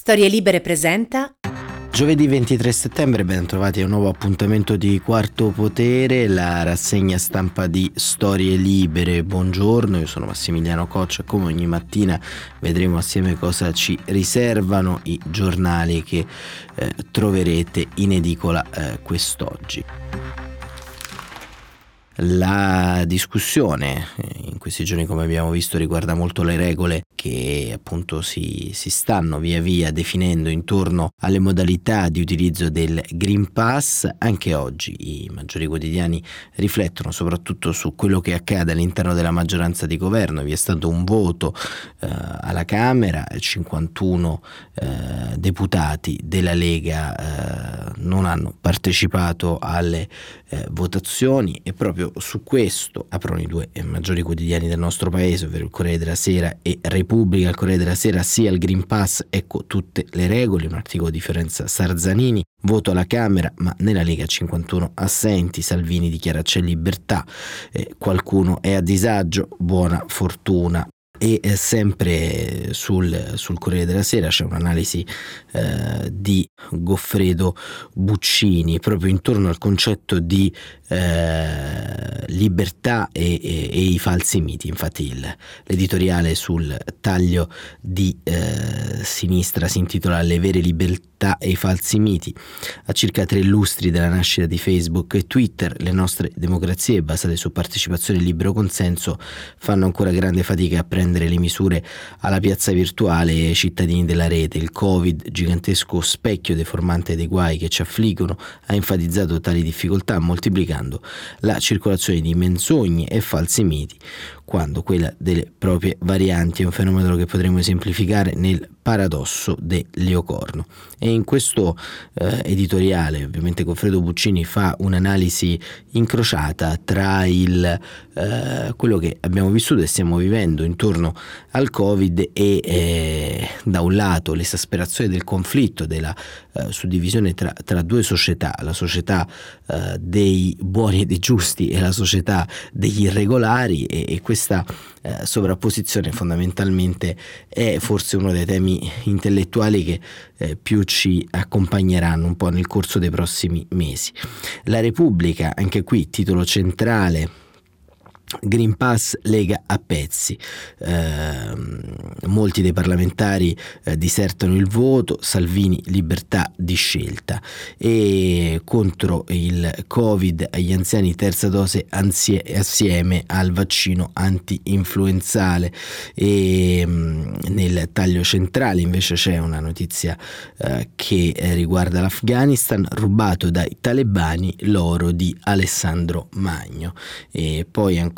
Storie Libere presenta Giovedì 23 settembre, ben trovati a un nuovo appuntamento di Quarto Potere, la rassegna stampa di Storie Libere. Buongiorno, io sono Massimiliano Coccia e come ogni mattina vedremo assieme cosa ci riservano i giornali che troverete in edicola quest'oggi. La discussione in questi giorni, come abbiamo visto, riguarda molto le regole che appunto si stanno via via definendo intorno alle modalità di utilizzo del Green Pass. Anche oggi i maggiori quotidiani riflettono soprattutto su quello che accade all'interno della maggioranza di governo. Vi è stato un voto alla Camera, 51 deputati della Lega non hanno partecipato alle votazioni e proprio su questo aprono i due maggiori quotidiani del nostro paese, ovvero il Corriere della Sera e Repubblica. Il Corriere della Sera: sì al Green Pass, ecco tutte le regole, un articolo di Fiorenza Sarzanini. Voto alla Camera, ma nella Lega 51 assenti. Salvini dichiara c'è libertà, qualcuno è a disagio, buona fortuna. E sempre sul Corriere della Sera c'è un'analisi di Goffredo Buccini proprio intorno al concetto di libertà e i falsi miti. Infatti l'editoriale sul taglio di sinistra si intitola Le vere libertà e i falsi miti. A circa 3 lustri dalla nascita di Facebook e Twitter, le nostre democrazie basate su partecipazione e libero consenso fanno ancora grande fatica a prendere le misure alla piazza virtuale e ai cittadini della rete. Il Covid, gigantesco specchio deformante dei guai che ci affliggono, ha enfatizzato tali difficoltà, moltiplicando la circolazione di menzogne e falsi miti, quando quella delle proprie varianti è un fenomeno che potremmo esemplificare nel paradosso dell'Eocorno. E in questo editoriale ovviamente Goffredo Buccini fa un'analisi incrociata tra quello che abbiamo vissuto e stiamo vivendo intorno al Covid e da un lato l'esasperazione del conflitto, della suddivisione tra due società, la società dei buoni e dei giusti e la società degli irregolari, e questa sovrapposizione fondamentalmente è forse uno dei temi intellettuali che più ci accompagneranno un po' nel corso dei prossimi mesi. La Repubblica, anche qui titolo centrale: Green Pass Lega a pezzi. Molti dei parlamentari disertano il voto, Salvini libertà di scelta, e contro il Covid agli anziani terza dose assieme al vaccino anti-influenzale. E nel taglio centrale invece c'è una notizia che riguarda l'Afghanistan: rubato dai talebani l'oro di Alessandro Magno. E poi ancora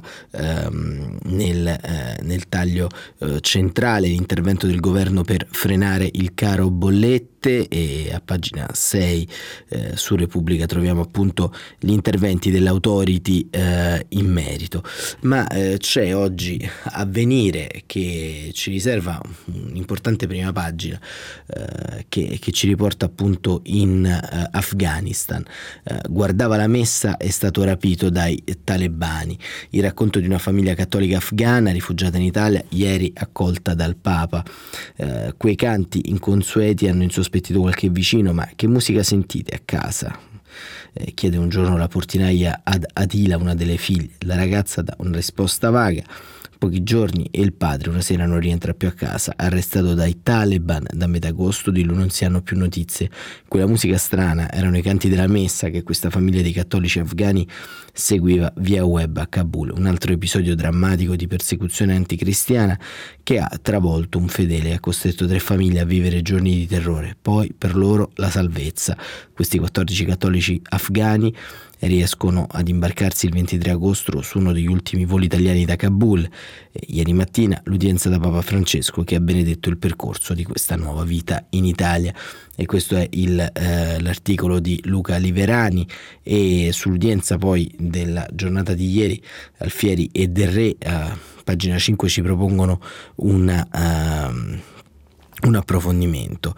nel taglio centrale l'intervento del governo per frenare il caro bollette, e a pagina 6 su Repubblica troviamo appunto gli interventi dell'Authority in merito. Ma c'è oggi Avvenire che ci riserva un'importante prima pagina che ci riporta appunto in Afghanistan. Guardava la messa, è stato rapito dai talebani. Il racconto di una famiglia cattolica afghana rifugiata in Italia, ieri accolta dal Papa. Quei canti inconsueti hanno insospettito qualche vicino: ma che musica sentite a casa? Chiede un giorno la portinaia ad Adila, una delle figlie. La ragazza dà una risposta vaga. Pochi giorni e il padre una sera non rientra più a casa, arrestato dai Taliban. Da metà agosto di lui non si hanno più notizie. Quella musica strana erano i canti della messa che questa famiglia di cattolici afghani seguiva via web a Kabul. Un altro episodio drammatico di persecuzione anticristiana che ha travolto un fedele e ha costretto 3 famiglie a vivere giorni di terrore. Poi per loro la salvezza. Questi 14 cattolici afghani riescono ad imbarcarsi il 23 agosto su uno degli ultimi voli italiani da Kabul. Ieri mattina l'udienza da Papa Francesco, che ha benedetto il percorso di questa nuova vita in Italia. E questo è l'articolo di Luca Liverani. E sull'udienza poi della giornata di ieri, Alfieri e Del Re, pagina 5 ci propongono un approfondimento.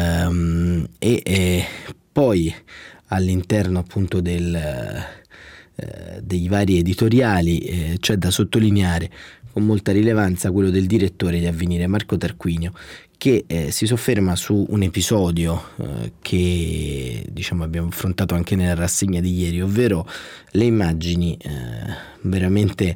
Poi all'interno appunto del dei vari editoriali, c'è da sottolineare con molta rilevanza quello del direttore di Avvenire, Marco Tarquinio, che si sofferma su un episodio che diciamo abbiamo affrontato anche nella rassegna di ieri, ovvero le immagini veramente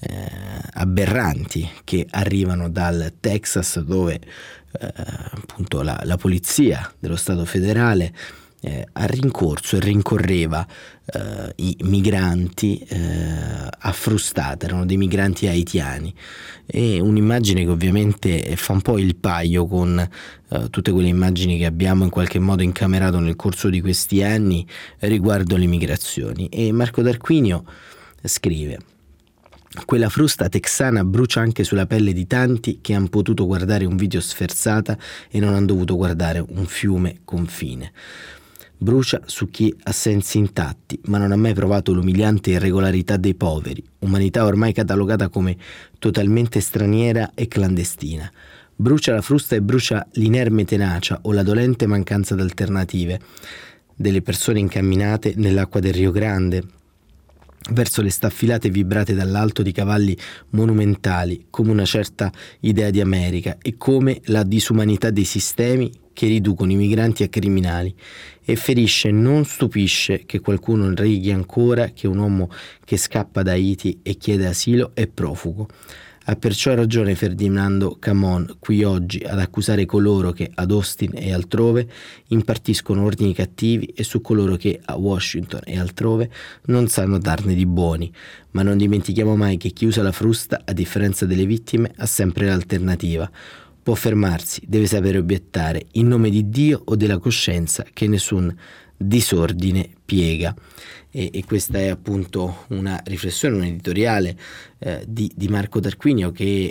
aberranti che arrivano dal Texas, dove appunto la polizia dello Stato federale ha rincorso e rincorreva i migranti a frustata. Erano dei migranti haitiani, e un'immagine che ovviamente fa un po' il paio con tutte quelle immagini che abbiamo in qualche modo incamerato nel corso di questi anni riguardo le migrazioni. E Marco Tarquinio scrive: quella frusta texana brucia anche sulla pelle di tanti che han potuto guardare un video sferzata e non han dovuto guardare un fiume confine. Brucia su chi ha sensi intatti, ma non ha mai provato l'umiliante irregolarità dei poveri, umanità ormai catalogata come totalmente straniera e clandestina. Brucia la frusta e brucia l'inerme tenacia o la dolente mancanza d'alternative delle persone incamminate nell'acqua del Rio Grande, verso le staffilate vibrate dall'alto di cavalli monumentali, come una certa idea di America, e come la disumanità dei sistemi che riducono i migranti a criminali. E ferisce e non stupisce che qualcuno righi ancora che un uomo che scappa da Haiti e chiede asilo è profugo. Ha perciò ragione Ferdinando Camon qui oggi ad accusare coloro che ad Austin e altrove impartiscono ordini cattivi e su coloro che a Washington e altrove non sanno darne di buoni. Ma non dimentichiamo mai che chi usa la frusta, a differenza delle vittime, ha sempre l'alternativa. Può fermarsi, deve sapere obiettare, in nome di Dio o della coscienza che nessun disordine piega. E questa è appunto una riflessione, un editoriale di Marco Tarquinio che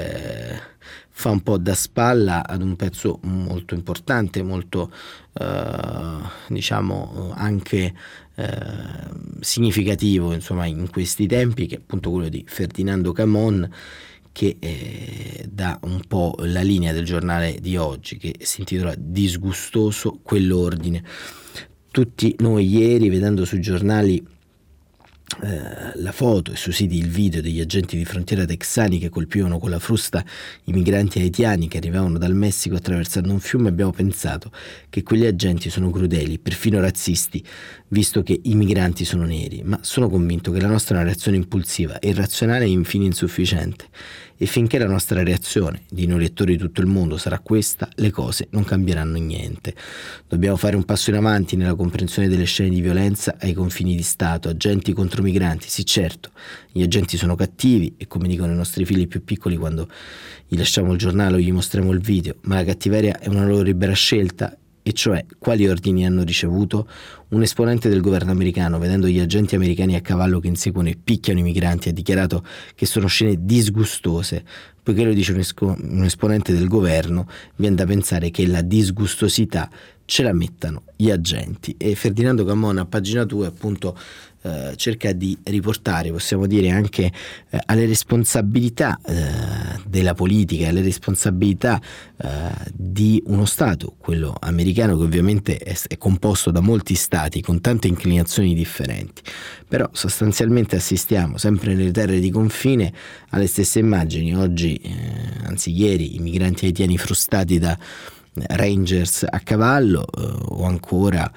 fa un po' da spalla ad un pezzo molto importante, molto diciamo anche significativo, insomma, in questi tempi, che è appunto quello di Ferdinando Camon, che dà un po' la linea del giornale di oggi, che si intitola Disgustoso quell'ordine. Tutti noi ieri, vedendo sui giornali la foto e sui siti il video degli agenti di frontiera texani che colpivano con la frusta i migranti haitiani che arrivavano dal Messico attraversando un fiume, abbiamo pensato che quegli agenti sono crudeli, perfino razzisti, visto che i migranti sono neri, ma sono convinto che la nostra è una reazione impulsiva, irrazionale e infine insufficiente. E finché la nostra reazione, di noi lettori di tutto il mondo, sarà questa, le cose non cambieranno niente. Dobbiamo fare un passo in avanti nella comprensione delle scene di violenza ai confini di Stato, agenti contro migranti. Sì, certo, gli agenti sono cattivi e, come dicono i nostri figli più piccoli quando gli lasciamo il giornale o gli mostriamo il video, ma la cattiveria è una loro libera scelta. E cioè, quali ordini hanno ricevuto? Un esponente del governo americano, vedendo gli agenti americani a cavallo che inseguono e picchiano i migranti, ha dichiarato che sono scene disgustose. Poiché lo dice un esponente del governo, viene da pensare che la disgustosità ce la mettano gli agenti. E Ferdinando Camon, a pagina 2, appunto cerca di riportare, possiamo dire, anche alle responsabilità della politica, alle responsabilità di uno Stato, quello americano, che ovviamente è composto da molti stati con tante inclinazioni differenti. Però sostanzialmente assistiamo sempre nelle terre di confine alle stesse immagini. Oggi, anzi ieri, i migranti haitiani frustati da Rangers a cavallo, o ancora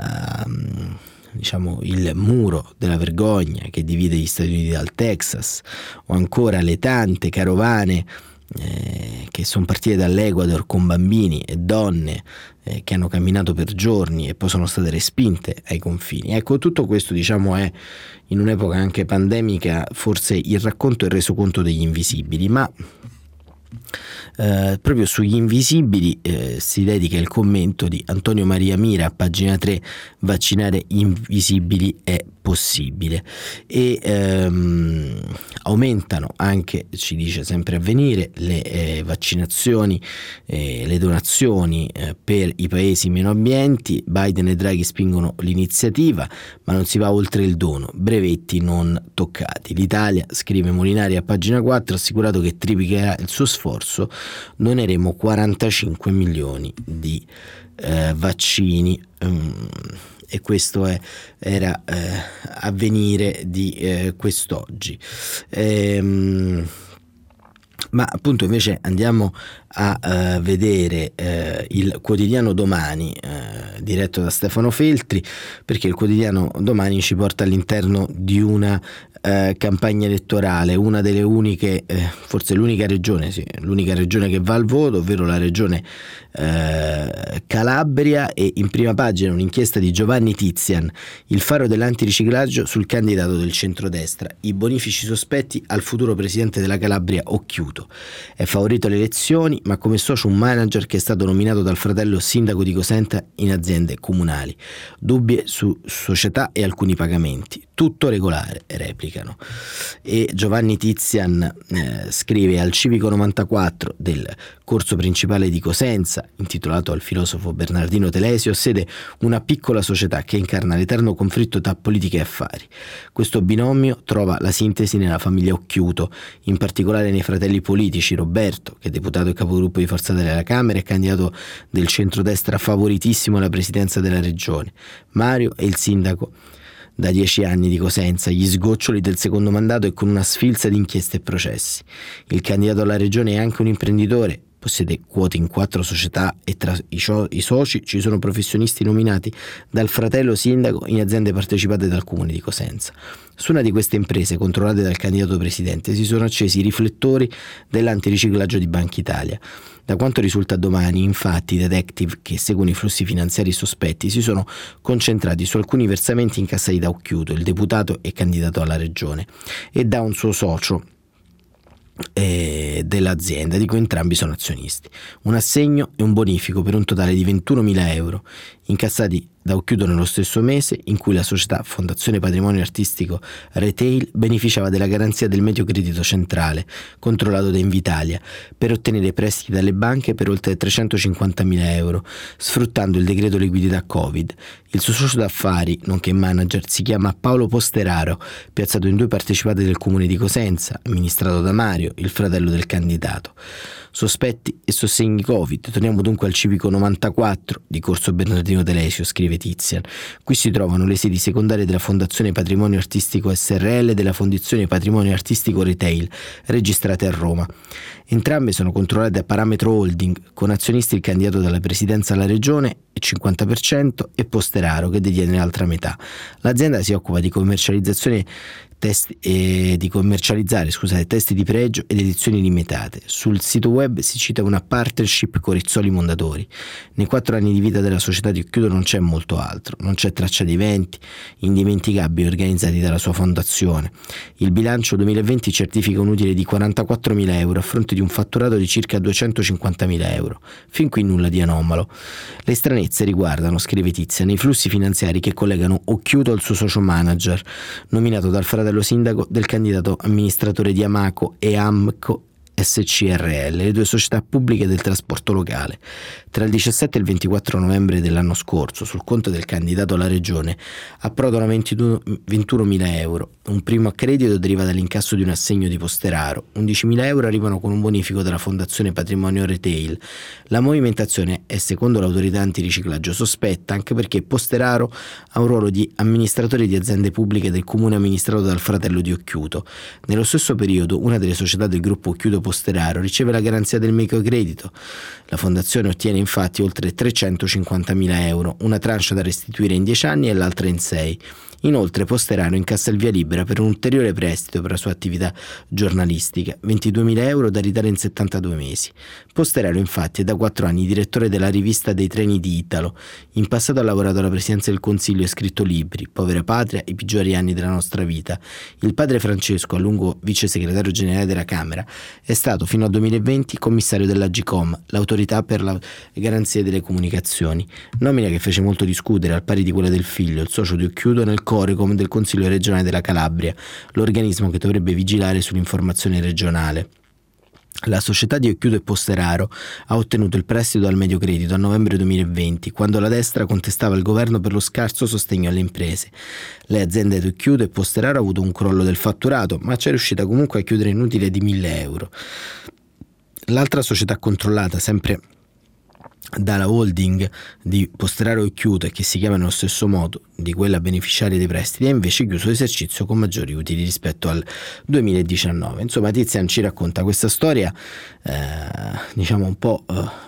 diciamo il muro della vergogna che divide gli Stati Uniti dal Texas, o ancora le tante carovane che sono partite dall'Ecuador con bambini e donne che hanno camminato per giorni e poi sono state respinte ai confini. Ecco, tutto questo, diciamo, è in un'epoca anche pandemica forse il racconto e il resoconto degli invisibili, ma proprio sugli invisibili si dedica il commento di Antonio Maria Mira a pagina 3, vaccinare invisibili è possibile. E aumentano anche, ci dice sempre Avvenire, le vaccinazioni, le donazioni per i paesi meno abbienti. Biden e Draghi spingono l'iniziativa, ma non si va oltre il dono, brevetti non toccati. L'Italia, scrive Molinari a pagina 4, ha assicurato che triplicherà il suo sforzo, doneremo 45 milioni di vaccini. e questo era Avvenire di quest'oggi. Ma appunto invece andiamo a vedere il quotidiano Domani, diretto da Stefano Feltri, perché il quotidiano Domani ci porta all'interno di una campagna elettorale, una delle uniche, forse l'unica regione che va al voto, ovvero la regione Calabria, e in prima pagina un'inchiesta di Giovanni Tizian, il faro dell'antiriciclaggio sul candidato del centrodestra, i bonifici sospetti al futuro presidente della Calabria Occhiuto. È favorito alle elezioni, ma come socio un manager che è stato nominato dal fratello sindaco di Cosenza in aziende comunali. Dubbi su società e alcuni pagamenti. Tutto regolare, replicano. E Giovanni Tizian scrive: al Civico 94 del corso principale di Cosenza, intitolato al filosofo Bernardino Telesio, sede una piccola società che incarna l'eterno conflitto tra politica e affari. Questo binomio trova la sintesi nella famiglia Occhiuto, in particolare nei fratelli politici Roberto, che è deputato e capogruppo di Forza Italia alla Camera e candidato del centrodestra favoritissimo alla presidenza della regione, Mario, e il sindaco da 10 anni di Cosenza, gli sgoccioli del secondo mandato e con una sfilza di inchieste e processi. Il candidato alla regione è anche un imprenditore, possiede quote in 4 società e tra i soci ci sono professionisti nominati dal fratello sindaco in aziende partecipate dal comune di Cosenza. Su una di queste imprese, controllate dal candidato presidente, si sono accesi i riflettori dell'antiriciclaggio di Banca Italia. Da quanto risulta Domani, infatti, i detective che seguono i flussi finanziari sospetti si sono concentrati su alcuni versamenti incassati da Occhiuto, il deputato e candidato alla regione, e da un suo socio dell'azienda, di cui entrambi sono azionisti. Un assegno e un bonifico per un totale di 21.000 euro, incassati da Occhiuto nello stesso mese in cui la società Fondazione Patrimonio Artistico Retail beneficiava della garanzia del Mediocredito Centrale, controllato da Invitalia, per ottenere prestiti dalle banche per oltre 350.000 euro, sfruttando il decreto liquidità Covid. Il suo socio d'affari, nonché manager, si chiama Paolo Posteraro, piazzato in 2 partecipate del comune di Cosenza, amministrato da Mario, il fratello del candidato. Sospetti e sostegni Covid. Torniamo dunque al Civico 94 di corso Bernardino Telesio, scrive Tizian. Qui si trovano le sedi secondarie della Fondazione Patrimonio Artistico SRL e della Fondazione Patrimonio Artistico Retail, registrate a Roma. Entrambe sono controllate da Parametro Holding, con azionisti il candidato dalla presidenza alla regione, il 50%, e Posteraro, che detiene l'altra metà. L'azienda si occupa di commercializzare testi di pregio ed edizioni limitate. Sul sito web si cita una partnership con Rizzoli Mondadori. Nei 4 anni di vita della società di Occhiuto non c'è molto altro, non c'è traccia di eventi indimenticabili organizzati dalla sua fondazione. Il bilancio 2020 certifica un utile di 44.000 euro a fronte di un fatturato di circa 250.000 euro. Fin qui nulla di anomalo. Le stranezze riguardano, scrive Tizian, i flussi finanziari che collegano Occhiuto al suo socio manager, nominato dal fratello sindaco del candidato amministratore di Amaco e Amco SCRL, le 2 società pubbliche del trasporto locale. Tra il 17 e il 24 novembre dell'anno scorso, sul conto del candidato alla regione, approdano 21.000 euro. Un primo accredito deriva dall'incasso di un assegno di Posteraro. 11.000 euro arrivano con un bonifico della Fondazione Patrimonio Retail. La movimentazione è, secondo l'autorità antiriciclaggio, sospetta anche perché Posteraro ha un ruolo di amministratore di aziende pubbliche del comune amministrato dal fratello di Occhiuto. Nello stesso periodo, una delle società del gruppo Occhiuto Posteraro riceve la garanzia del microcredito. La fondazione ottiene infatti oltre 350.000 euro, una tranche da restituire in 10 anni e l'altra in 6. Inoltre Posteraro incassa il via libera per un ulteriore prestito per la sua attività giornalistica, 22.000 euro da ridare in 72 mesi. Posteraro infatti è da 4 anni direttore della rivista dei treni di Italo. In passato ha lavorato alla presidenza del Consiglio e scritto libri, Povera Patria, i peggiori anni della nostra vita. Il padre Francesco, a lungo vice segretario generale della Camera, è stato fino al 2020 commissario dell'Agcom, l'autorità per la garanzia delle comunicazioni, nomina che fece molto discutere al pari di quella del figlio, il socio di Occhiuto, nel Corecom del Consiglio regionale della Calabria, l'organismo che dovrebbe vigilare sull'informazione regionale. La società di Occhiuto e Posteraro ha ottenuto il prestito dal Mediocredito a novembre 2020, quando la destra contestava il governo per lo scarso sostegno alle imprese. Le aziende di Occhiuto e Posteraro hanno avuto un crollo del fatturato, ma c'è riuscita comunque a chiudere in utile di 1.000 euro. L'altra società controllata, sempre dalla holding di Posteraro e Chiuto e che si chiama nello stesso modo di quella beneficiaria dei prestiti, ha invece chiuso l'esercizio con maggiori utili rispetto al 2019. Insomma, Tizian ci racconta questa storia diciamo un po'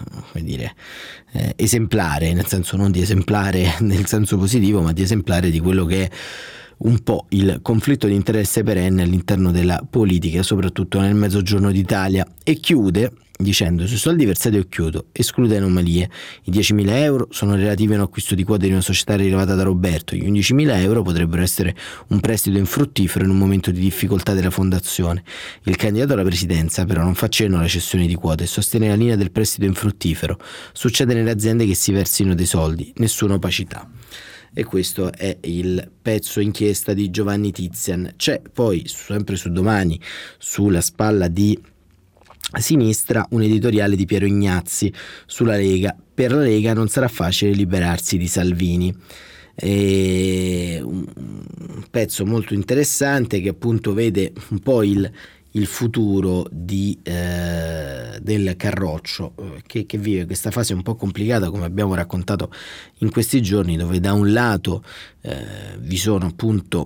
esemplare, nel senso non di esemplare nel senso positivo, ma di esemplare di quello che è un po' il conflitto di interesse perenne all'interno della politica, soprattutto nel Mezzogiorno d'Italia, e chiude dicendo: sui soldi versati a Chiuto esclude anomalie. I 10.000 euro sono relativi a un acquisto di quote di una società rilevata da Roberto, gli 11.000 euro potrebbero essere un prestito infruttifero in un momento di difficoltà della fondazione. Il candidato alla presidenza però non fa cenno alla cessione di quote e sostiene la linea del prestito infruttifero. Succede nelle aziende che si versino dei soldi, nessuna opacità. E questo è il pezzo inchiesta di Giovanni Tizian. C'è poi, sempre su Domani, sulla spalla di Sinistra, un editoriale di Piero Ignazzi sulla Lega. Per la Lega non sarà facile liberarsi di Salvini. Un pezzo molto interessante che appunto vede un po' il futuro del Carroccio che vive questa fase un po' complicata, come abbiamo raccontato in questi giorni, dove da un lato vi sono appunto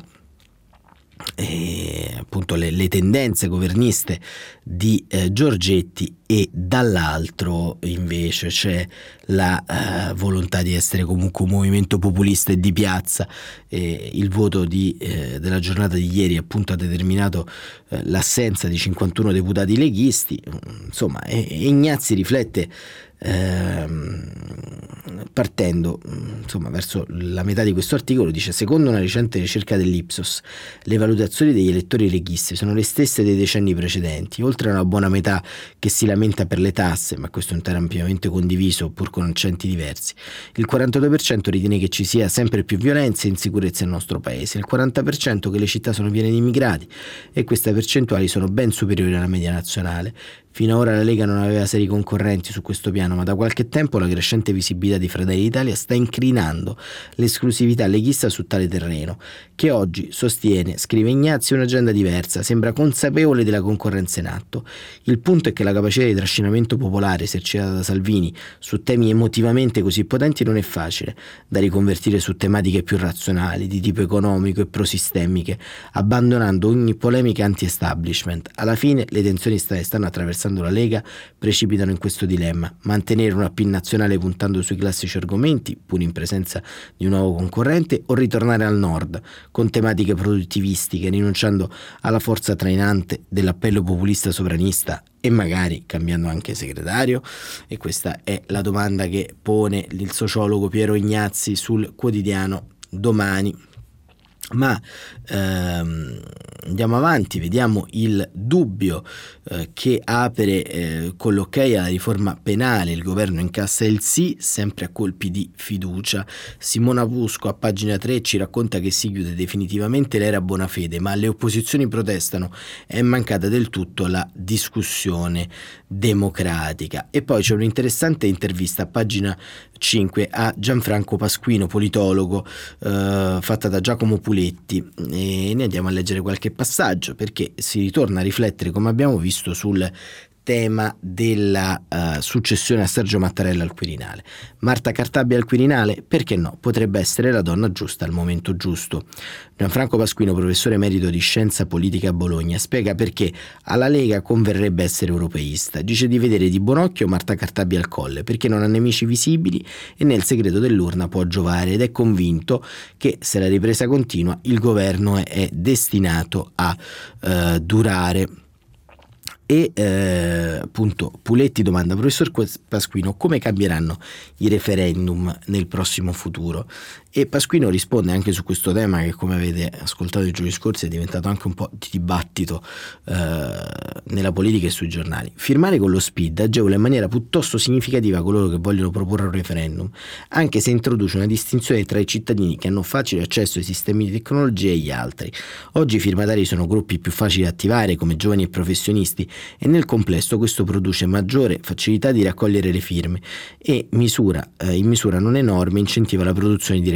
le tendenze governiste di Giorgetti e dall'altro invece c'è la volontà di essere comunque un movimento populista e di piazza. Il voto della giornata di ieri appunto ha determinato l'assenza di 51 deputati leghisti. Insomma, Ignazzi riflette partendo verso la metà di questo articolo. Dice: secondo una recente ricerca dell'Ipsos, le valutazioni degli elettori leghisti sono le stesse dei decenni precedenti. Oltre a una buona metà che si lamenta per le tasse, ma questo è un tema ampiamente condiviso pur con accenti diversi, il 42% ritiene che ci sia sempre più violenza e insicurezza nel nostro paese, il 40% che le città sono piene di immigrati, e queste percentuali sono ben superiori alla media nazionale. Fino ad ora la Lega non aveva seri concorrenti su questo piano, ma da qualche tempo la crescente visibilità di Fratelli d'Italia sta incrinando l'esclusività leghista su tale terreno, che oggi sostiene, scrive Ignazzi, un'agenda diversa, sembra consapevole della concorrenza in atto. Il punto è che la capacità di trascinamento popolare esercitata da Salvini su temi emotivamente così potenti non è facile da riconvertire su tematiche più razionali, di tipo economico e prosistemiche, abbandonando ogni polemica anti-establishment. Alla fine le tensioni stanno attraversando la Lega precipitano in questo dilemma: mantenere una PIL nazionale puntando sui classici argomenti, pur in presenza di un nuovo concorrente, o ritornare al nord con tematiche produttivistiche, rinunciando alla forza trainante dell'appello populista sovranista e magari cambiando anche segretario? E questa è la domanda che pone il sociologo Piero Ignazzi sul quotidiano Domani. Ma andiamo avanti, vediamo il dubbio che apre con l'ok alla riforma penale. Il governo incassa il sì, sempre a colpi di fiducia. Simona Pusco a pagina 3 ci racconta che si chiude definitivamente l'era Bonafede, ma le opposizioni protestano, è mancata del tutto la discussione democratica. E poi c'è un'interessante intervista a pagina 5 a Gianfranco Pasquino, politologo, fatta da Giacomo Puletti, e ne andiamo a leggere qualche passaggio, perché si ritorna a riflettere, come abbiamo visto, sul tema della successione a Sergio Mattarella al Quirinale. Marta Cartabia al Quirinale? Perché no? Potrebbe essere la donna giusta al momento giusto. Gianfranco Pasquino, professore emerito di scienza politica a Bologna, spiega perché alla Lega converrebbe essere europeista. Dice di vedere di buon occhio Marta Cartabia al Colle, perché non ha nemici visibili e nel segreto dell'urna può giovare, ed è convinto che se la ripresa continua il governo è destinato a durare. E appunto Puletti domanda: professor Pasquino, come cambieranno i referendum nel prossimo futuro? E Pasquino risponde anche su questo tema, che come avete ascoltato i giorni scorsi è diventato anche un po' di dibattito nella politica e sui giornali. Firmare con lo SPID agevola in maniera piuttosto significativa coloro che vogliono proporre un referendum, anche se introduce una distinzione tra i cittadini che hanno facile accesso ai sistemi di tecnologia e gli altri. Oggi i firmatari sono gruppi più facili da attivare, come giovani e professionisti, e nel complesso questo produce maggiore facilità di raccogliere le firme e in misura non enorme incentiva la produzione di referendum.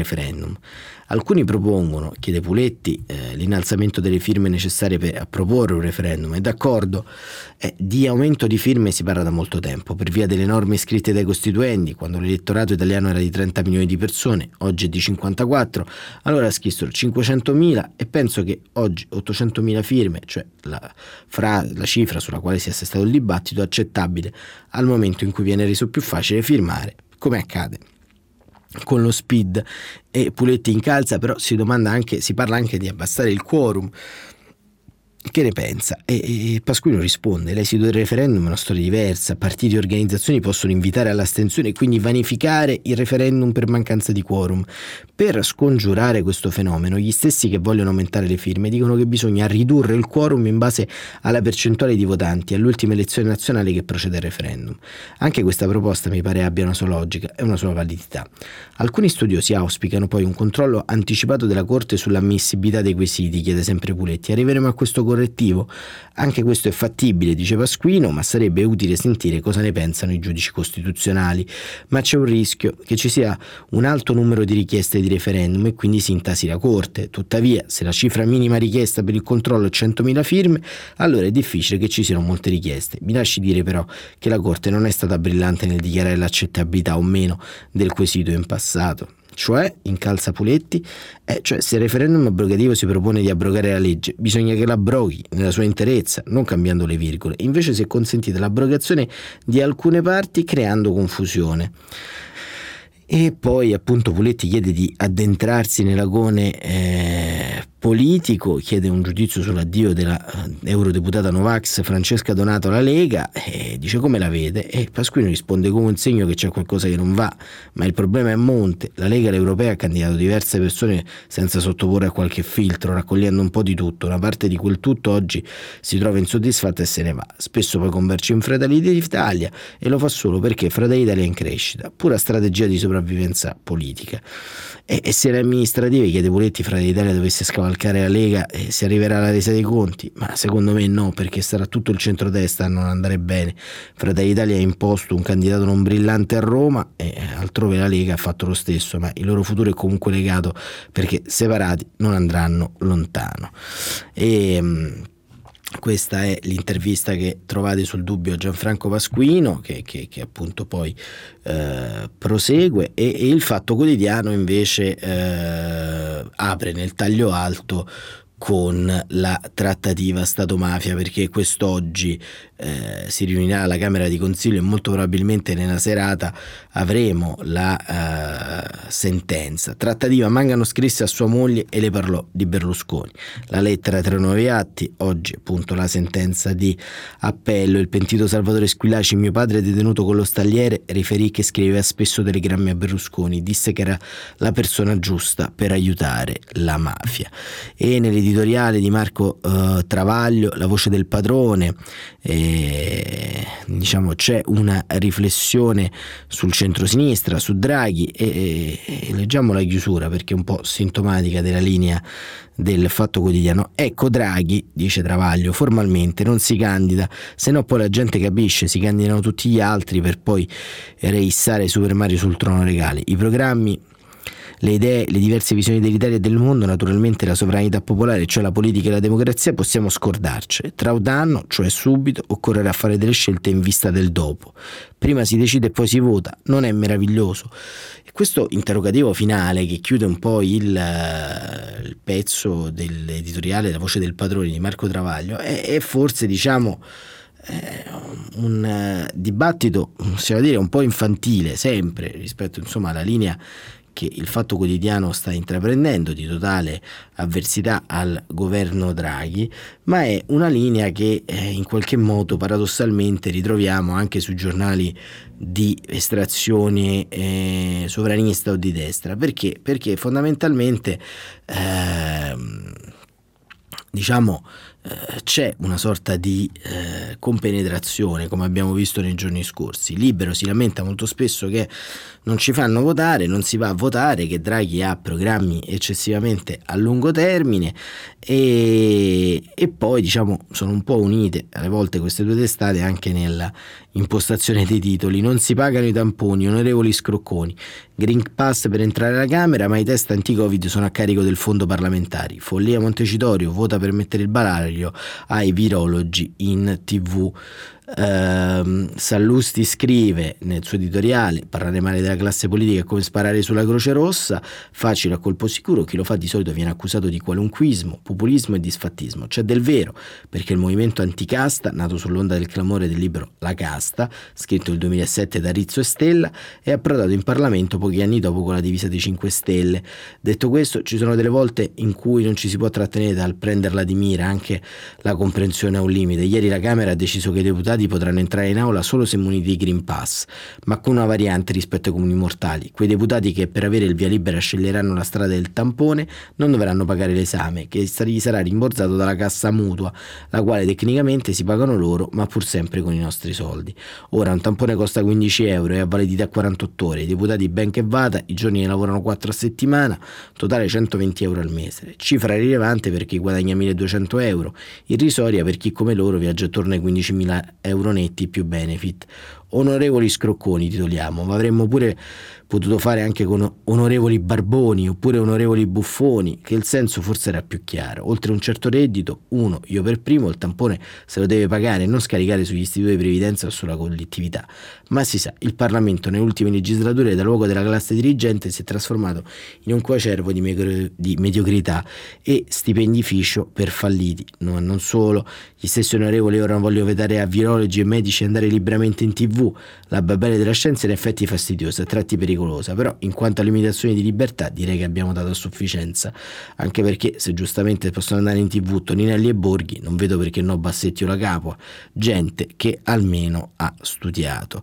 referendum. Alcuni propongono, chiede Puletti, l'innalzamento delle firme necessarie per proporre un referendum. È d'accordo? Di aumento di firme si parla da molto tempo, per via delle norme scritte dai costituenti. Quando l'elettorato italiano era di 30 milioni di persone, oggi è di 54, allora scrissero 500.000 e penso che oggi 800.000 firme, cioè la cifra sulla quale si è assestato il dibattito, è accettabile al momento in cui viene reso più facile firmare, come accade con lo SPID. E Puletti incalza, però si parla anche di abbassare il quorum. Che ne pensa? E Pasquino risponde: l'esito del referendum è una storia diversa, partiti e organizzazioni possono invitare all'astensione e quindi vanificare il referendum per mancanza di quorum. Per scongiurare questo fenomeno, gli stessi che vogliono aumentare le firme dicono che bisogna ridurre il quorum in base alla percentuale di votanti all'ultima elezione nazionale che procede al referendum. Anche questa proposta mi pare abbia una sua logica e una sua validità. Alcuni studiosi auspicano poi un controllo anticipato della Corte sull'ammissibilità dei quesiti, chiede sempre Puletti. Arriveremo a questo correttivo? Anche questo è fattibile, dice Pasquino, ma sarebbe utile sentire cosa ne pensano i giudici costituzionali. Ma c'è un rischio che ci sia un alto numero di richieste di referendum e quindi si intasi la Corte. Tuttavia, se la cifra minima richiesta per il controllo è 100.000 firme, allora è difficile che ci siano molte richieste. Mi lasci dire però che la Corte non è stata brillante nel dichiarare l'accettabilità o meno del quesito in passato. Cioè, incalza Puletti, se il referendum abrogativo si propone di abrogare la legge, bisogna che l'abroghi nella sua interezza, non cambiando le virgole. Invece si è consentita l'abrogazione di alcune parti creando confusione. E poi appunto Puletti chiede di addentrarsi nell'agone politico, chiede un giudizio sull'addio della eurodeputata Novax Francesca Donato alla Lega e dice come la vede, e Pasquino risponde come un segno che c'è qualcosa che non va, ma il problema è a monte. La Lega all'Europea ha candidato diverse persone senza sottoporre a qualche filtro, raccogliendo un po' di tutto. Una parte di quel tutto oggi si trova insoddisfatta e se ne va. Spesso poi converge in Fratelli d'Italia e lo fa solo perché Fratelli d'Italia è in crescita, pura strategia di sopravvivenza politica. E se le amministrative, chiede Puletti, Fratelli d'Italia dovesse scavalcare la Lega, si arriverà alla resa dei conti? Ma secondo me no, perché sarà tutto il centrodestra a non andare bene. Fratelli d'Italia ha imposto un candidato non brillante a Roma e altrove la Lega ha fatto lo stesso, ma il loro futuro è comunque legato perché separati non andranno lontano. Questa è l'intervista che trovate sul Dubbio a Gianfranco Pasquino che appunto poi prosegue e il Fatto Quotidiano invece apre nel taglio alto con la trattativa Stato-mafia, perché quest'oggi si riunirà la Camera di Consiglio e molto probabilmente nella serata avremo la sentenza. Trattativa, Mangano scrisse a sua moglie e le parlò di Berlusconi. La lettera tra i nuovi atti, oggi appunto la sentenza di appello. Il pentito Salvatore Squillaci, mio padre detenuto con lo Stagliere, riferì che scriveva spesso telegrammi a Berlusconi, disse che era la persona giusta per aiutare la mafia. E nell'editoriale di Marco Travaglio, La voce del padrone, diciamo c'è una riflessione sul centrosinistra, su Draghi e leggiamo la chiusura perché è un po' sintomatica della linea del Fatto Quotidiano. Ecco Draghi, dice Travaglio, formalmente non si candida, se no poi la gente capisce, si candidano tutti gli altri per poi reissare Super Mario sul trono regale. I programmi, le idee, le diverse visioni dell'Italia e del mondo, naturalmente la sovranità popolare, cioè la politica e la democrazia, possiamo scordarci. Tra un anno, cioè subito, occorrerà fare delle scelte in vista del dopo. Prima si decide e poi si vota, non è meraviglioso? E questo interrogativo finale che chiude un po' il pezzo dell'editoriale La voce del padrone di Marco Travaglio è forse, diciamo, un dibattito, si va a dire, un po' infantile sempre rispetto insomma alla linea che il Fatto Quotidiano sta intraprendendo di totale avversità al governo Draghi, ma è una linea che in qualche modo paradossalmente ritroviamo anche sui giornali di estrazione sovranista o di destra. Perché fondamentalmente c'è una sorta di compenetrazione, come abbiamo visto nei giorni scorsi. Libero si lamenta molto spesso che non ci fanno votare, non si va a votare, che Draghi ha programmi eccessivamente a lungo termine e poi diciamo sono un po' unite alle volte queste due testate anche nella impostazione dei titoli. Non si pagano i tamponi, onorevoli scrocconi. Green Pass per entrare alla Camera, ma i test anti-Covid sono a carico del fondo parlamentari. Follia Montecitorio, vota per mettere il baraglio ai virologi in TV. Sallusti scrive nel suo editoriale: parlare male della classe politica è come sparare sulla Croce Rossa, facile a colpo sicuro, chi lo fa di solito viene accusato di qualunquismo, populismo e disfattismo. C'è del vero, perché il movimento anticasta, nato sull'onda del clamore del libro La Casta, scritto nel 2007 da Rizzo e Stella, è approdato in Parlamento pochi anni dopo con la divisa dei 5 Stelle. Detto questo, ci sono delle volte in cui non ci si può trattenere dal prenderla di mira, anche la comprensione ha un limite. Ieri la Camera ha deciso che i deputati potranno entrare in aula solo se muniti di Green Pass, ma con una variante rispetto ai comuni mortali. Quei deputati che per avere il via libera sceglieranno la strada del tampone non dovranno pagare l'esame, che gli sarà rimborsato dalla cassa mutua, la quale tecnicamente si pagano loro, ma pur sempre con i nostri soldi. Ora un tampone costa 15 euro e ha validità 48 ore. I deputati ben che vada, i giorni ne lavorano 4 a settimana, totale 120 euro al mese. Cifra rilevante per chi guadagna 1200 euro, irrisoria per chi come loro viaggia attorno ai 15.000 euro netti più benefit. Onorevoli scrocconi titoliamo, ma avremmo pure potuto fare anche con onorevoli barboni oppure onorevoli buffoni, che il senso forse era più chiaro. Oltre un certo reddito, uno, io per primo, il tampone se lo deve pagare e non scaricare sugli istituti di previdenza o sulla collettività. Ma si sa, il Parlamento nelle ultime legislature da luogo della classe dirigente si è trasformato in un coacervo di mediocrità e stipendi fiscio per falliti. Non solo, gli stessi onorevoli ora vogliono vietare a virologi e medici andare liberamente in TV. La babele della scienza in effetti è fastidiosa, a tratti pericolosa, però in quanto a limitazioni di libertà direi che abbiamo dato a sufficienza, anche perché se giustamente possono andare in TV Toninelli e Borghi, non vedo perché no Bassetti o La Capua, gente che almeno ha studiato.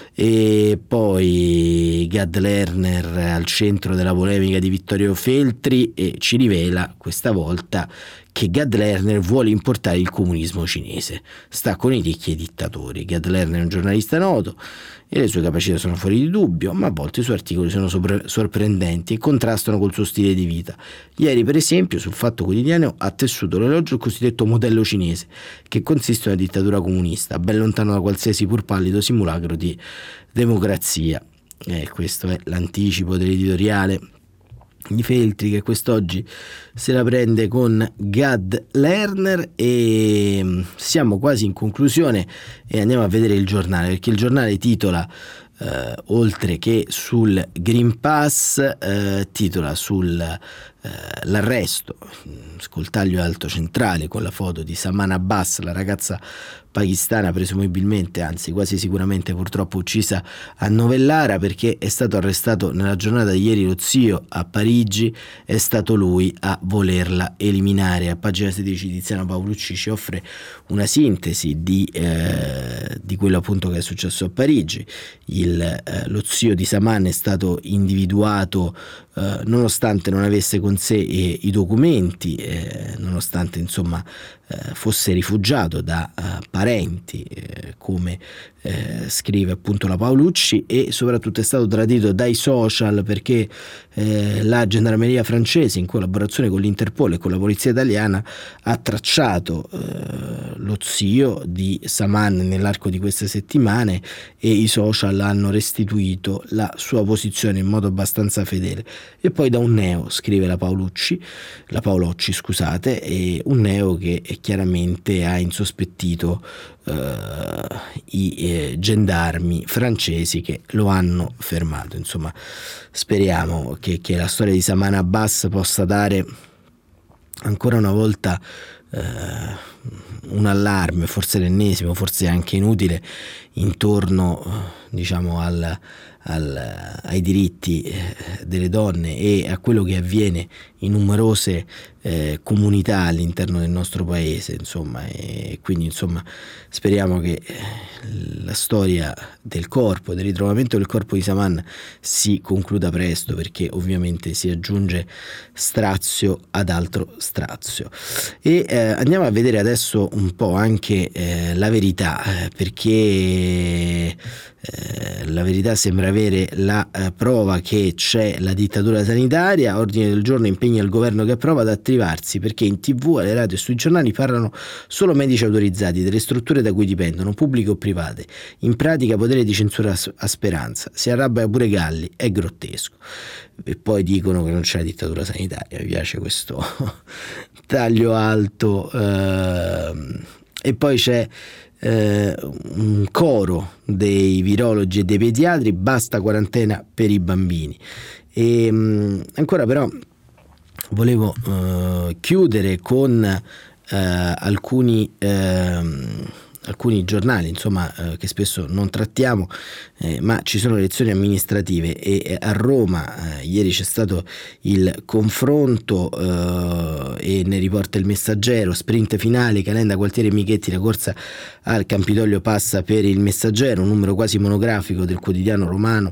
E poi Gad Lerner al centro della polemica di Vittorio Feltri e ci rivela questa volta che Gad Lerner vuole importare il comunismo cinese, sta con i ricchi e i dittatori. Gad Lerner è un giornalista noto e le sue capacità sono fuori di dubbio, ma a volte i suoi articoli sono sorprendenti e contrastano col suo stile di vita. Ieri per esempio sul Fatto Quotidiano ha tessuto l'elogio al cosiddetto modello cinese, che consiste in una dittatura comunista, ben lontano da qualsiasi pur pallido simulacro di democrazia. Questo è l'anticipo dell'editoriale di Feltri, che quest'oggi se la prende con Gad Lerner. E siamo quasi in conclusione e andiamo a vedere il giornale, perché il giornale titola oltre che sul Green Pass titola l'arresto, scoltaglio alto centrale con la foto di Saman Abbas, la ragazza pakistana presumibilmente, anzi quasi sicuramente purtroppo uccisa a Novellara, perché è stato arrestato nella giornata di ieri lo zio a Parigi, è stato lui a volerla eliminare. A pagina 16 Tiziana Paolucci ci offre una sintesi di quello appunto che è successo a Parigi. Lo zio di Saman è stato individuato nonostante non avesse con sé i documenti, nonostante insomma fosse rifugiato da parenti, come scrive appunto la Paolucci, e soprattutto è stato tradito dai social perché la gendarmeria francese in collaborazione con l'Interpol e con la polizia italiana ha tracciato lo zio di Saman nell'arco di queste settimane e i social hanno restituito la sua posizione in modo abbastanza fedele. E poi da un neo, scrive la Paolucci, scusate, e un neo che chiaramente ha insospettito i gendarmi francesi che lo hanno fermato. Insomma, speriamo che la storia di Saman Abbas possa dare ancora una volta un allarme, forse l'ennesimo, forse anche inutile, intorno diciamo ai diritti delle donne e a quello che avviene in numerose comunità all'interno del nostro paese, insomma, e quindi insomma speriamo che la storia del ritrovamento del corpo di Saman si concluda presto, perché ovviamente si aggiunge strazio ad altro strazio. E andiamo a vedere adesso un po' anche la verità, perché la verità sembra avere la prova che c'è la dittatura sanitaria. Ordine del giorno impegna il governo che approva ad attivarsi perché in TV, alle radio e sui giornali parlano solo medici autorizzati delle strutture da cui dipendono, pubbliche o private. In pratica potere di censura a speranza. Si arrabbia pure Galli, è grottesco. E poi dicono che non c'è la dittatura sanitaria. Mi piace questo taglio alto. E poi c'è un coro dei virologi e dei pediatri: basta quarantena per i bambini. E ancora però volevo chiudere con alcuni giornali, insomma, che spesso non trattiamo, ma ci sono le elezioni amministrative e a Roma ieri c'è stato il confronto e ne riporta il Messaggero: sprint finale, Calenda, Gualtieri e Michetti, la corsa al Campidoglio passa per il Messaggero, un numero quasi monografico del quotidiano romano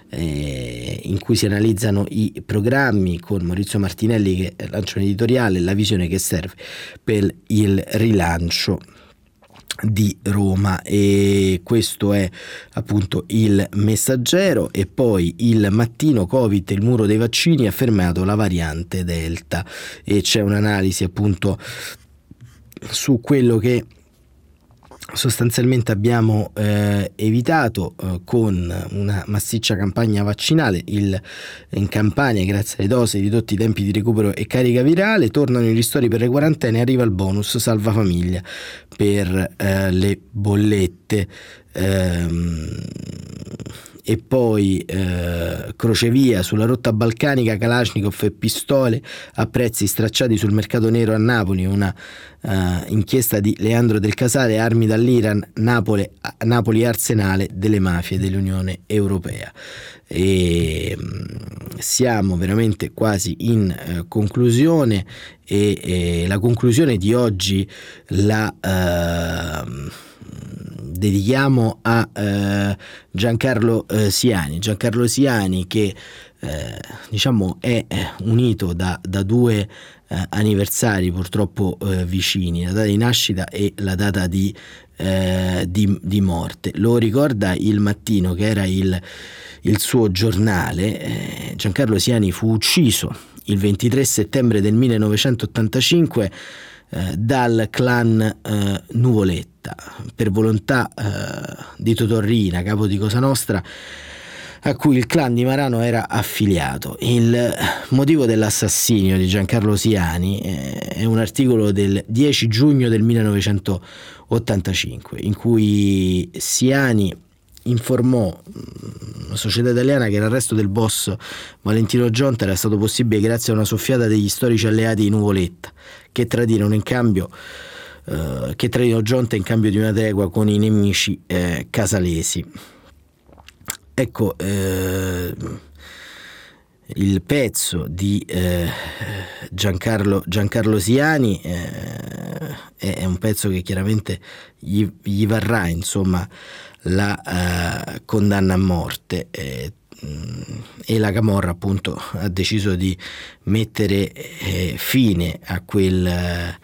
in cui si analizzano i programmi, con Maurizio Martinelli che lancia un editoriale, la visione che serve per il rilancio di Roma. E questo è appunto il Messaggero. E poi il Mattino: Covid, il muro dei vaccini, ha fermato la variante Delta, e c'è un'analisi appunto su quello che sostanzialmente abbiamo evitato con una massiccia campagna vaccinale. In Campania, grazie alle dosi, ridotti i tempi di recupero e carica virale, tornano i ristori per le quarantene, arriva il bonus salva famiglia per le bollette. E poi crocevia sulla rotta balcanica, Kalashnikov e pistole a prezzi stracciati sul mercato nero a Napoli, una inchiesta di Leandro Del Casale, armi dall'Iran, Napoli arsenale delle mafie dell'Unione Europea. E siamo veramente quasi in conclusione, e la conclusione di oggi la dedichiamo a Giancarlo Siani, che diciamo è unito da due anniversari purtroppo vicini, la data di nascita e la data di morte. Lo ricorda il Mattino, che era il suo giornale. Giancarlo Siani fu ucciso il 23 settembre del 1985 dal clan Nuvoletta per volontà di Totò Riina, capo di Cosa Nostra, a cui il clan di Marano era affiliato. Il motivo dell'assassinio di Giancarlo Siani è un articolo del 10 giugno del 1985 in cui Siani informò una società italiana che l'arresto del boss Valentino Gionta era stato possibile grazie a una soffiata degli storici alleati di Nuvoletta, che tradirono Gionta in cambio di una tregua con i nemici casalesi. Ecco, il pezzo di Giancarlo Siani è un pezzo che chiaramente gli varrà, insomma, la condanna a morte, e la Camorra appunto ha deciso di mettere fine a quella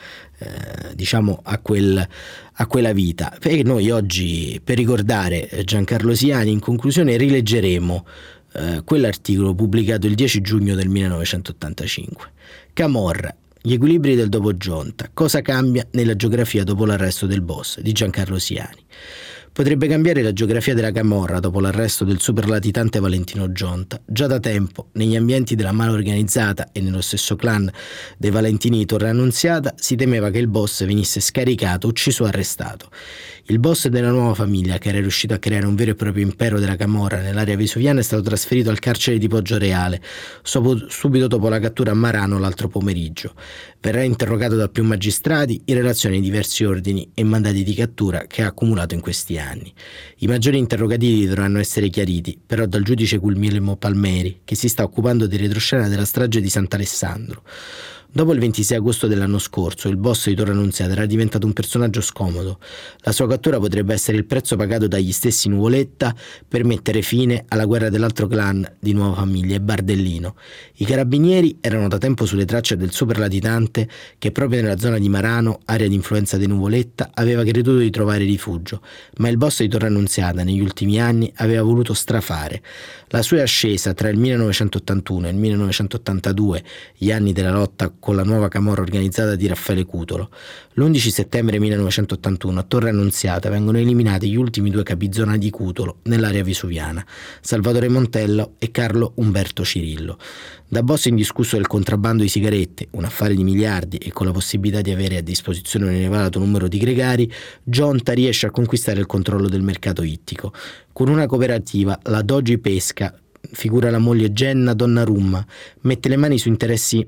vita. E noi oggi, per ricordare Giancarlo Siani, in conclusione rileggeremo quell'articolo pubblicato il 10 giugno del 1985. Camorra, gli equilibri del dopo Gionta, cosa cambia nella geografia dopo l'arresto del boss, di Giancarlo Siani. Potrebbe cambiare la geografia della Camorra dopo l'arresto del superlatitante Valentino Gionta. Già da tempo, negli ambienti della mala organizzata e nello stesso clan dei Valentini di Torre Annunziata, si temeva che il boss venisse scaricato, ucciso o arrestato. Il boss della nuova famiglia, che era riuscito a creare un vero e proprio impero della Camorra nell'area vesuviana, è stato trasferito al carcere di Poggioreale subito dopo la cattura a Marano l'altro pomeriggio. Verrà interrogato da più magistrati in relazione ai diversi ordini e mandati di cattura che ha accumulato in questi anni. anni. I maggiori interrogativi dovranno essere chiariti, però dal giudice Guglielmo Palmeri, che si sta occupando di retroscena della strage di Sant'Alessandro. Dopo il 26 agosto dell'anno scorso, il boss di Torre Annunziata era diventato un personaggio scomodo. La sua cattura potrebbe essere il prezzo pagato dagli stessi Nuvoletta per mettere fine alla guerra dell'altro clan di Nuova Famiglia, Bardellino. I carabinieri erano da tempo sulle tracce del superlatitante che proprio nella zona di Marano, area di influenza dei Nuvoletta, aveva creduto di trovare rifugio, ma il boss di Torre Annunziata negli ultimi anni aveva voluto strafare. La sua ascesa tra il 1981 e il 1982, gli anni della lotta con la nuova camorra organizzata di Raffaele Cutolo. L'11 settembre 1981 a Torre Annunziata vengono eliminati gli ultimi due capizonali di Cutolo nell'area vesuviana, Salvatore Montello e Carlo Umberto Cirillo. Da boss indiscusso del contrabbando di sigarette, un affare di miliardi e con la possibilità di avere a disposizione un elevato numero di gregari, Gionta riesce a conquistare il controllo del mercato ittico. Con una cooperativa, la Dogi Pesca, figura la moglie Genna Donnarumma, mette le mani su interessi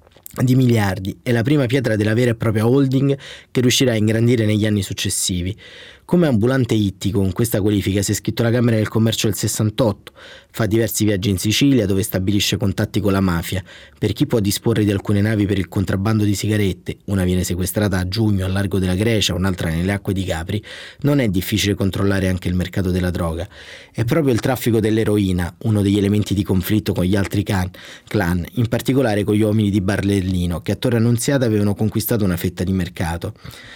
di miliardi, è la prima pietra della vera e propria holding che riuscirà a ingrandire negli anni successivi. Come ambulante ittico, con questa qualifica si è iscritto alla Camera del Commercio del 68, fa diversi viaggi in Sicilia dove stabilisce contatti con la mafia. Per chi può disporre di alcune navi per il contrabbando di sigarette, una viene sequestrata a giugno al largo della Grecia, un'altra nelle acque di Capri, non è difficile controllare anche il mercato della droga. È proprio il traffico dell'eroina uno degli elementi di conflitto con gli altri clan, in particolare con gli uomini di Bardellino, che a Torre Annunziata avevano conquistato una fetta di mercato.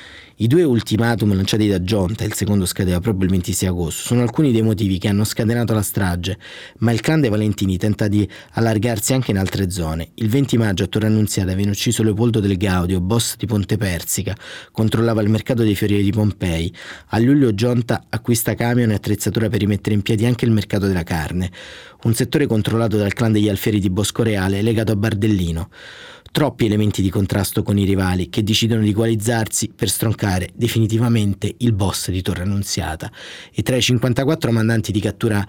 I due ultimatum lanciati da Gionta, il secondo scadeva proprio il 26 agosto, sono alcuni dei motivi che hanno scatenato la strage, ma il clan dei Valentini tenta di allargarsi anche in altre zone. Il 20 maggio a Torre Annunziata viene ucciso Leopoldo Del Gaudio, boss di Ponte Persica, controllava il mercato dei fiori di Pompei. A luglio Gionta acquista camion e attrezzatura per rimettere in piedi anche il mercato della carne, un settore controllato dal clan degli Alfieri di Boscoreale legato a Bardellino. Troppi elementi di contrasto con i rivali che decidono di coalizzarsi per stroncare definitivamente il boss di Torre Annunziata. E tra i 54 mandati di cattura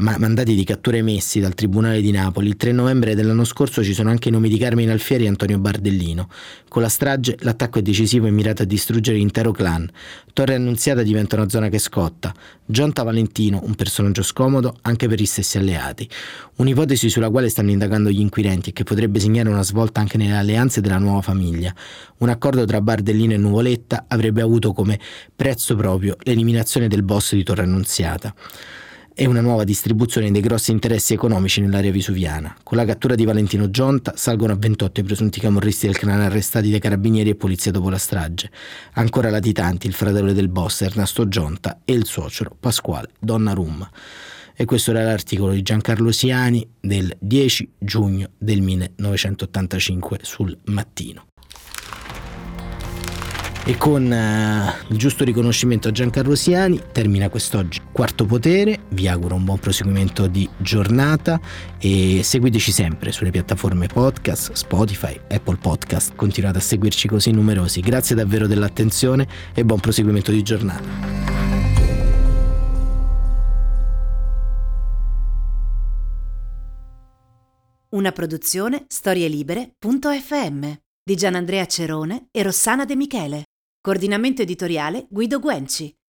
emessi dal Tribunale di Napoli, il 3 novembre dell'anno scorso ci sono anche i nomi di Carmine Alfieri e Antonio Bardellino. Con la strage l'attacco è decisivo e mirato a distruggere l'intero clan. Torre Annunziata diventa una zona che scotta. Gionta Valentino, un personaggio scomodo anche per gli stessi alleati. Un'ipotesi sulla quale stanno indagando gli inquirenti e che potrebbe segnare una svolta anche nelle alleanze della nuova famiglia. Un accordo tra Bardellino e Nuvoletta avrebbe avuto come prezzo proprio l'eliminazione del boss di Torre Annunziata e una nuova distribuzione dei grossi interessi economici nell'area vesuviana. Con la cattura di Valentino Gionta salgono a 28 i presunti camorristi del clan arrestati dai carabinieri e polizia dopo la strage. Ancora latitanti il fratello del boss Ernesto Gionta e il suocero Pasquale Donnarumma. E questo era l'articolo di Giancarlo Siani del 10 giugno del 1985 sul Mattino. E con il giusto riconoscimento a Giancarlo Siani termina quest'oggi Quarto Potere. Vi auguro un buon proseguimento di giornata e seguiteci sempre sulle piattaforme podcast, Spotify, Apple Podcast. Continuate a seguirci così numerosi. Grazie davvero dell'attenzione e buon proseguimento di giornata. Una produzione storielibere.fm di Gianandrea Cerone e Rossana De Michele. Coordinamento editoriale Guido Guenci.